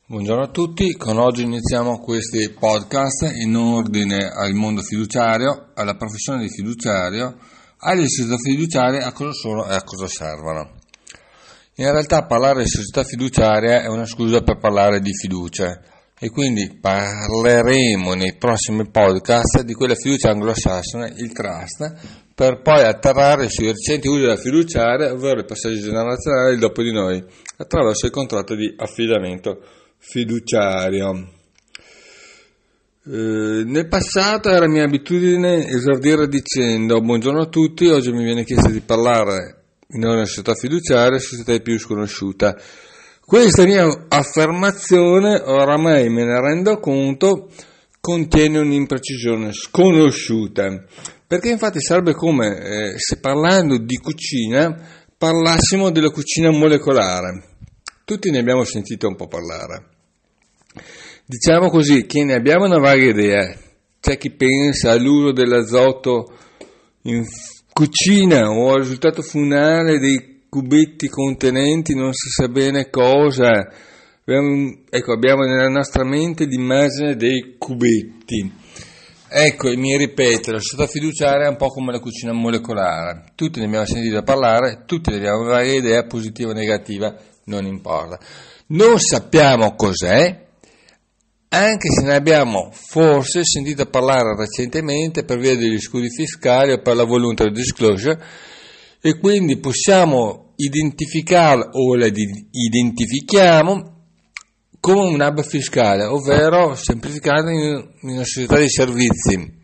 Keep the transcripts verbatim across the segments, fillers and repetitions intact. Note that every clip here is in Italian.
Buongiorno a tutti, con oggi iniziamo questi podcast in ordine al mondo fiduciario, alla professione di fiduciario, alle società fiduciarie, a cosa sono e a cosa servono. In realtà parlare di società fiduciaria è una scusa per parlare di fiducia e quindi parleremo nei prossimi podcast di quella fiducia anglosassone, il trust, per poi atterrare sui recenti usi della fiduciaria, ovvero il passaggio generazionale, il dopo di noi, attraverso il contratto di affidamento fiduciario. Eh, nel passato era mia abitudine esordire dicendo buongiorno a tutti, oggi mi viene chiesto di parlare in una società fiduciaria, società più sconosciuta. Questa mia affermazione, oramai me ne rendo conto, contiene un'imprecisione sconosciuta, perché infatti sarebbe come eh, se parlando di cucina parlassimo della cucina molecolare. Tutti ne abbiamo sentito un po' parlare. Diciamo così che ne abbiamo una vaga idea. C'è chi pensa all'uso dell'azoto in cucina o al risultato finale dei cubetti contenenti non si sa bene cosa. Abbiamo, ecco, abbiamo nella nostra mente l'immagine dei cubetti. Ecco, e mi ripeto, la società fiduciaria è un po' come la cucina molecolare. Tutti ne abbiamo sentito parlare, tutti ne abbiamo una vaga idea, positiva o negativa, non importa. Non sappiamo cos'è, anche se ne abbiamo forse sentito parlare recentemente per via degli scudi fiscali o per la voluntary disclosure, e quindi possiamo identificarla o la identifichiamo come un hub fiscale, ovvero semplificato in una società di servizi.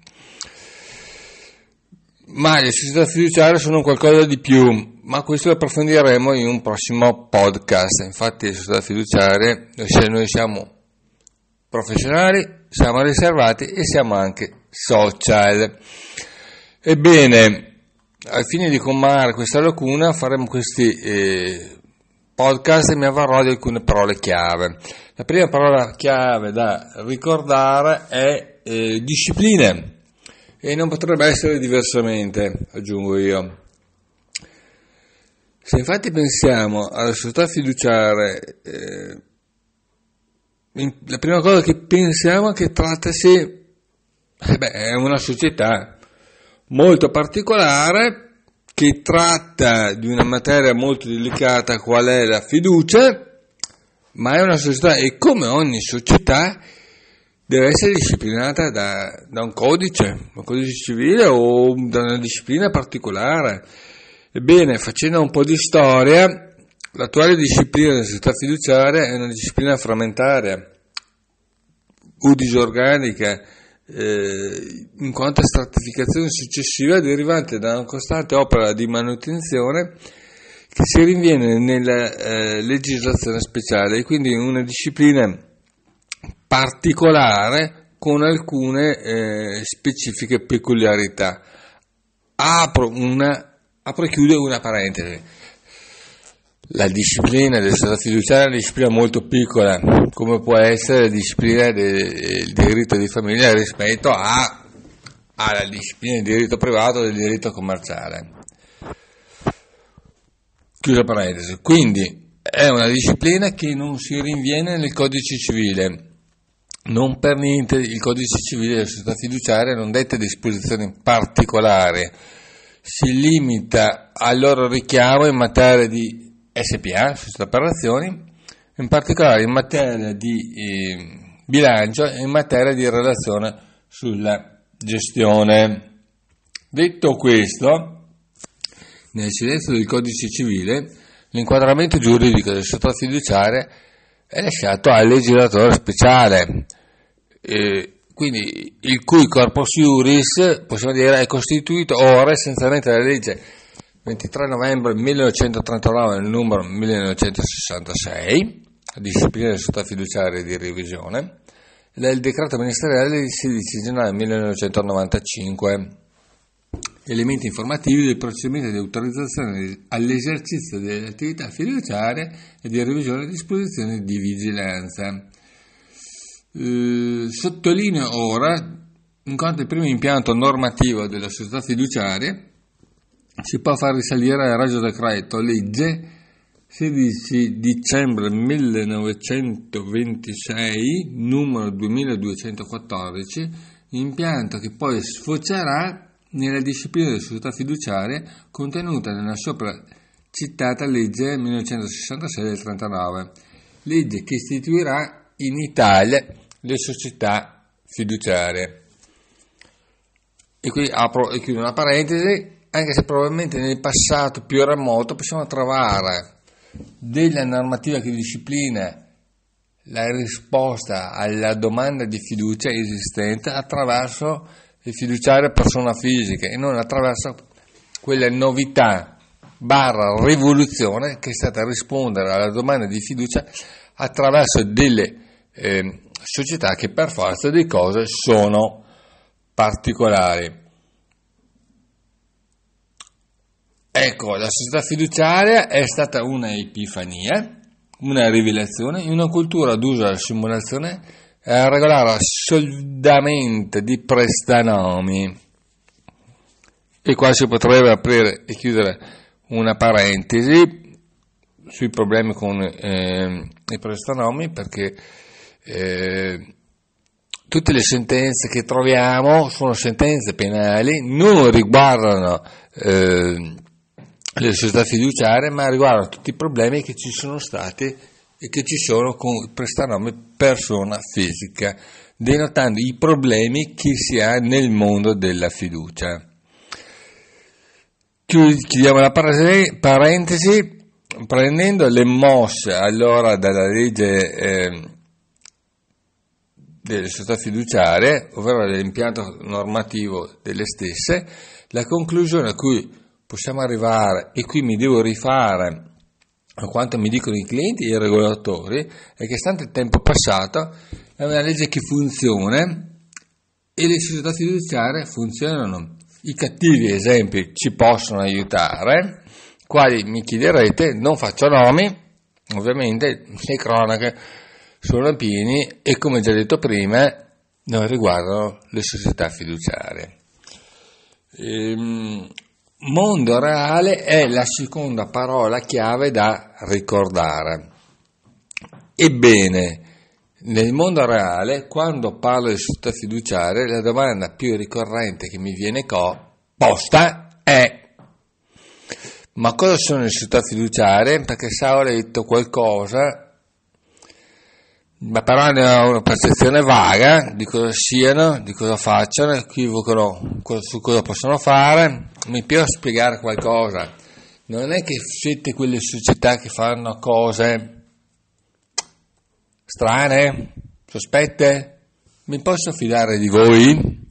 Ma le società fiduciarie sono qualcosa di più, ma questo lo approfondiremo in un prossimo podcast. Infatti le società fiduciarie, se noi siamo professionali, siamo riservati e siamo anche social. Ebbene, al fine di colmare questa lacuna faremo questi eh, podcast e mi avvarrò di alcune parole chiave. La prima parola chiave da ricordare è eh, discipline. E non potrebbe essere diversamente, aggiungo io. Se infatti pensiamo alla società fiduciaria, eh, la prima cosa che pensiamo è che trattasi, eh beh, è una società molto particolare che tratta di una materia molto delicata qual è la fiducia, ma è una società e come ogni società deve essere disciplinata da, da un codice, un codice civile o da una disciplina particolare. Ebbene, facendo un po' di storia, l'attuale disciplina della società fiduciaria è una disciplina frammentaria o disorganica, eh, in quanto a stratificazione successiva derivante da una costante opera di manutenzione che si rinviene nella eh, legislazione speciale e quindi una disciplina particolare con alcune eh, specifiche peculiarità. Apro una apro e chiudo una parentesi. La disciplina della società fiduciaria è una disciplina molto piccola, come può essere la disciplina del diritto di famiglia rispetto a, alla disciplina del diritto privato e del diritto commerciale. Chiusa parentesi. Quindi è una disciplina che non si rinviene nel codice civile. Non per niente il codice civile della società fiduciaria non detta disposizioni particolari, si limita al loro richiamo in materia di S P A, società per azioni, in particolare in materia di eh, bilancio e in materia di relazione sulla gestione. Detto questo, nel silenzio del codice civile, l'inquadramento giuridico della società fiduciaria è lasciato al legislatore speciale, eh, quindi il cui corpus iuris, possiamo dire, è costituito ora essenzialmente dalla legge ventitré novembre millenovecentotrentanove, il numero millenovecentosessantasei, disciplina della società fiduciaria di revisione, e del decreto ministeriale del sedici gennaio millenovecentonovantacinque, elementi informativi del procedimento di autorizzazione all'esercizio delle attività fiduciarie e di revisione di disposizioni di vigilanza. Eh, sottolineo ora, in quanto il primo impianto normativo della società fiduciaria si può far risalire al Regio Decreto legge sedici dicembre millenovecentoventisei, numero duemiladuecentoquattordici, impianto che poi sfocerà nella disciplina della società fiduciaria contenuta nella sopra citata legge millenovecentosessantasei del trentanove, legge che istituirà in Italia le società fiduciarie. E qui apro e chiudo una parentesi, anche se probabilmente nel passato più remoto possiamo trovare della normativa che disciplina la risposta alla domanda di fiducia esistente attraverso il fiduciario persona fisica e non attraverso quella novità barra rivoluzione che è stata rispondere alla domanda di fiducia attraverso delle eh, società che per forza di cose sono particolari. Ecco, la società fiduciaria è stata una epifania, una rivelazione in una cultura d'uso della simulazione eh, regolare assolutamente di prestanomi. E qua si potrebbe aprire e chiudere una parentesi sui problemi con eh, i prestanomi, perché eh, tutte le sentenze che troviamo sono sentenze penali, non riguardano eh, le società fiduciarie, ma riguardano tutti i problemi che ci sono stati e che ci sono con il prestanome persona fisica, denotando i problemi che si ha nel mondo della fiducia. Chiudiamo la parentesi prendendo le mosse allora dalla legge eh, delle società fiduciarie, ovvero dell'impianto normativo delle stesse. La conclusione a cui possiamo arrivare, e qui mi devo rifare a quanto mi dicono i clienti e i regolatori, è che stante il tempo passato è una legge che funziona e le società fiduciarie funzionano. I cattivi esempi ci possono aiutare, quali mi chiederete, non faccio nomi, ovviamente le cronache sono piene e, come già detto prima, non riguardano le società fiduciarie. Ehm, mondo reale è la seconda parola chiave da ricordare. Ebbene, nel mondo reale, quando parlo di società fiduciarie, la domanda più ricorrente che mi viene co- posta è: ma cosa sono le società fiduciarie? Perché se ho letto qualcosa, ma però hanno una percezione vaga di cosa siano, di cosa facciano, equivocano su cosa possono fare. Mi può spiegare qualcosa? Non è che siete quelle società che fanno cose strane, sospette? Mi posso fidare di voi?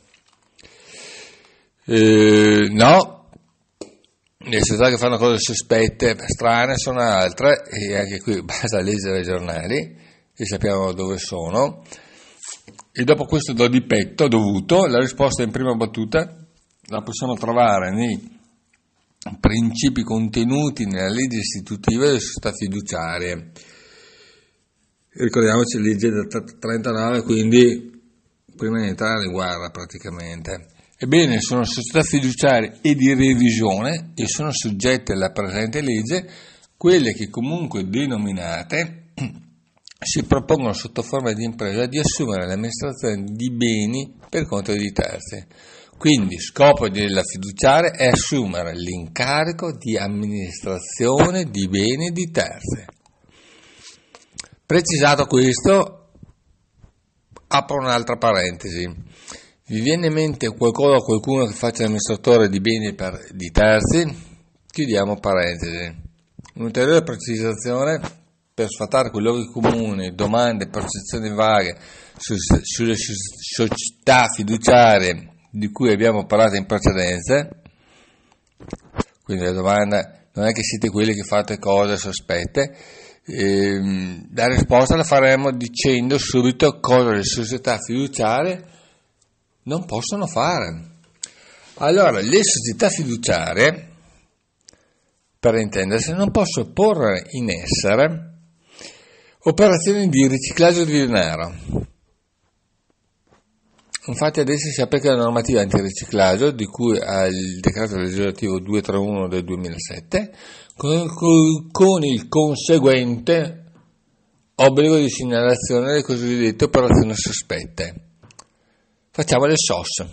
Eh, no, le società che fanno cose sospette, strane sono altre, e anche qui basta leggere i giornali e sappiamo dove sono. E dopo questo do di petto dovuto, la risposta in prima battuta la possiamo trovare nei principi contenuti nella legge istitutiva delle società fiduciarie. Ricordiamoci legge del trentanove, quindi prima di entrare in guerra praticamente. Ebbene, sono società fiduciarie e di revisione e sono soggette alla presente legge quelle che comunque denominate si propongono sotto forma di impresa di assumere l'amministrazione di beni per conto di terzi. Quindi scopo della fiduciaria è assumere l'incarico di amministrazione di beni di terzi. Precisato questo, apro un'altra parentesi. Vi viene in mente qualcosa o qualcuno che faccia l'amministratore di beni per, di terzi? Chiudiamo parentesi. Un'ulteriore precisazione per sfatare quei luoghi comuni, domande, percezioni vaghe su, sulle società fiduciarie di cui abbiamo parlato in precedenza. Quindi la domanda non è che siete quelli che fate cose sospette. Eh, la risposta la faremo dicendo subito cosa le società fiduciarie non possono fare. Allora, le società fiduciarie, per intendersi, non possono porre in essere operazioni di riciclaggio di denaro, Infatti adesso si applica la normativa antiriciclaggio di cui al decreto legislativo duecentotrentuno del duemilasette con, con il conseguente obbligo di segnalazione delle cosiddette operazioni sospette. Facciamo le S O S.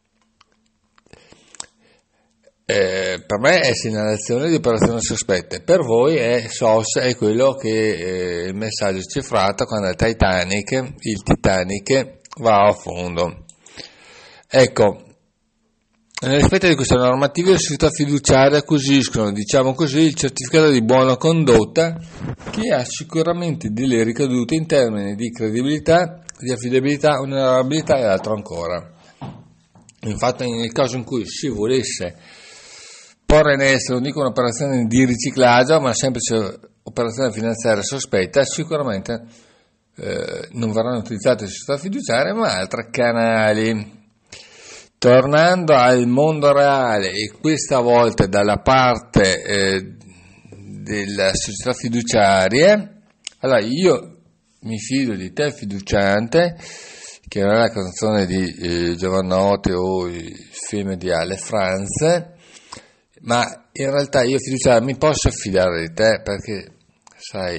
Eh, per me è segnalazione di operazioni sospette, per voi è S O S, è quello che eh, il messaggio cifrato quando il Titanic, il Titanic va a fondo. Ecco, nel rispetto di questa normativa le società fiduciarie acquisiscono, diciamo così, il certificato di buona condotta che ha sicuramente delle ricadute in termini di credibilità, di affidabilità, onorabilità e altro ancora. Infatti nel caso in cui si volesse porre in essere, non dico un'operazione di riciclaggio, ma una semplice operazione finanziaria sospetta, sicuramente eh, non verranno utilizzate le società fiduciarie ma altri canali. Tornando al mondo reale e questa volta dalla parte eh, della società fiduciarie, allora io mi fido di te fiduciante, che non è la canzone di eh, Giovanotti o il film di Ale Franz, ma in realtà io fiduciario mi posso fidare di te perché, sai,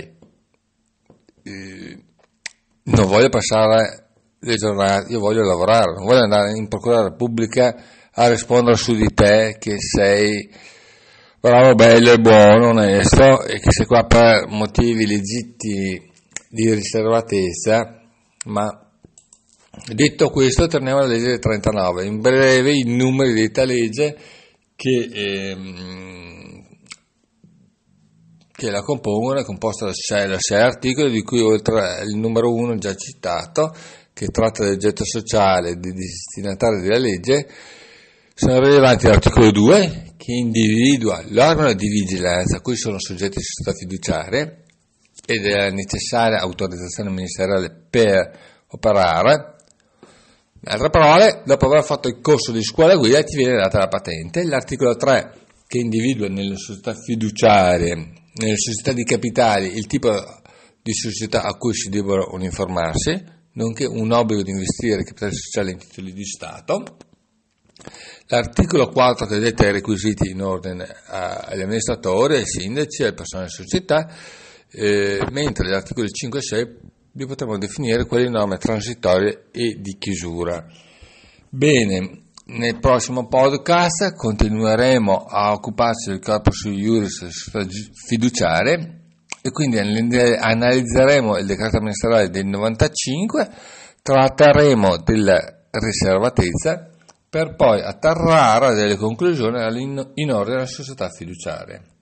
eh, non voglio passare le giornate, io voglio lavorare, non voglio andare in procura della Repubblica a rispondere su di te che sei bravo, bello e buono, onesto e che sei qua per motivi legittimi di riservatezza. Ma detto questo, torniamo alla legge del trentanove, in breve i numeri di questa legge che, ehm, che la compongono, è composta da sei, da sei articoli, di cui oltre il numero uno già citato, che tratta del getto sociale e dei destinatari della legge, sono rilevanti l'articolo due, che individua l'organo di vigilanza a cui sono soggetti le società fiduciarie e della necessaria autorizzazione ministeriale per operare. In altre parole, dopo aver fatto il corso di scuola guida ti viene data la patente. L'articolo tre, che individua nelle società fiduciarie, nelle società di capitali, il tipo di società a cui si devono uniformarsi, nonché un obbligo di investire capitale sociale in titoli di Stato. L'articolo quattro che detta i requisiti in ordine agli amministratori, ai sindaci, alle persone della società, eh, mentre gli articoli cinque e sei li potremo definire quelle norme transitorie e di chiusura. Bene, nel prossimo podcast continueremo a occuparci del corpus iuris fiduciarie e quindi analizzeremo il decreto ministeriale del novantacinque, tratteremo della riservatezza per poi atterrare a delle conclusioni in ordine alla società fiduciaria.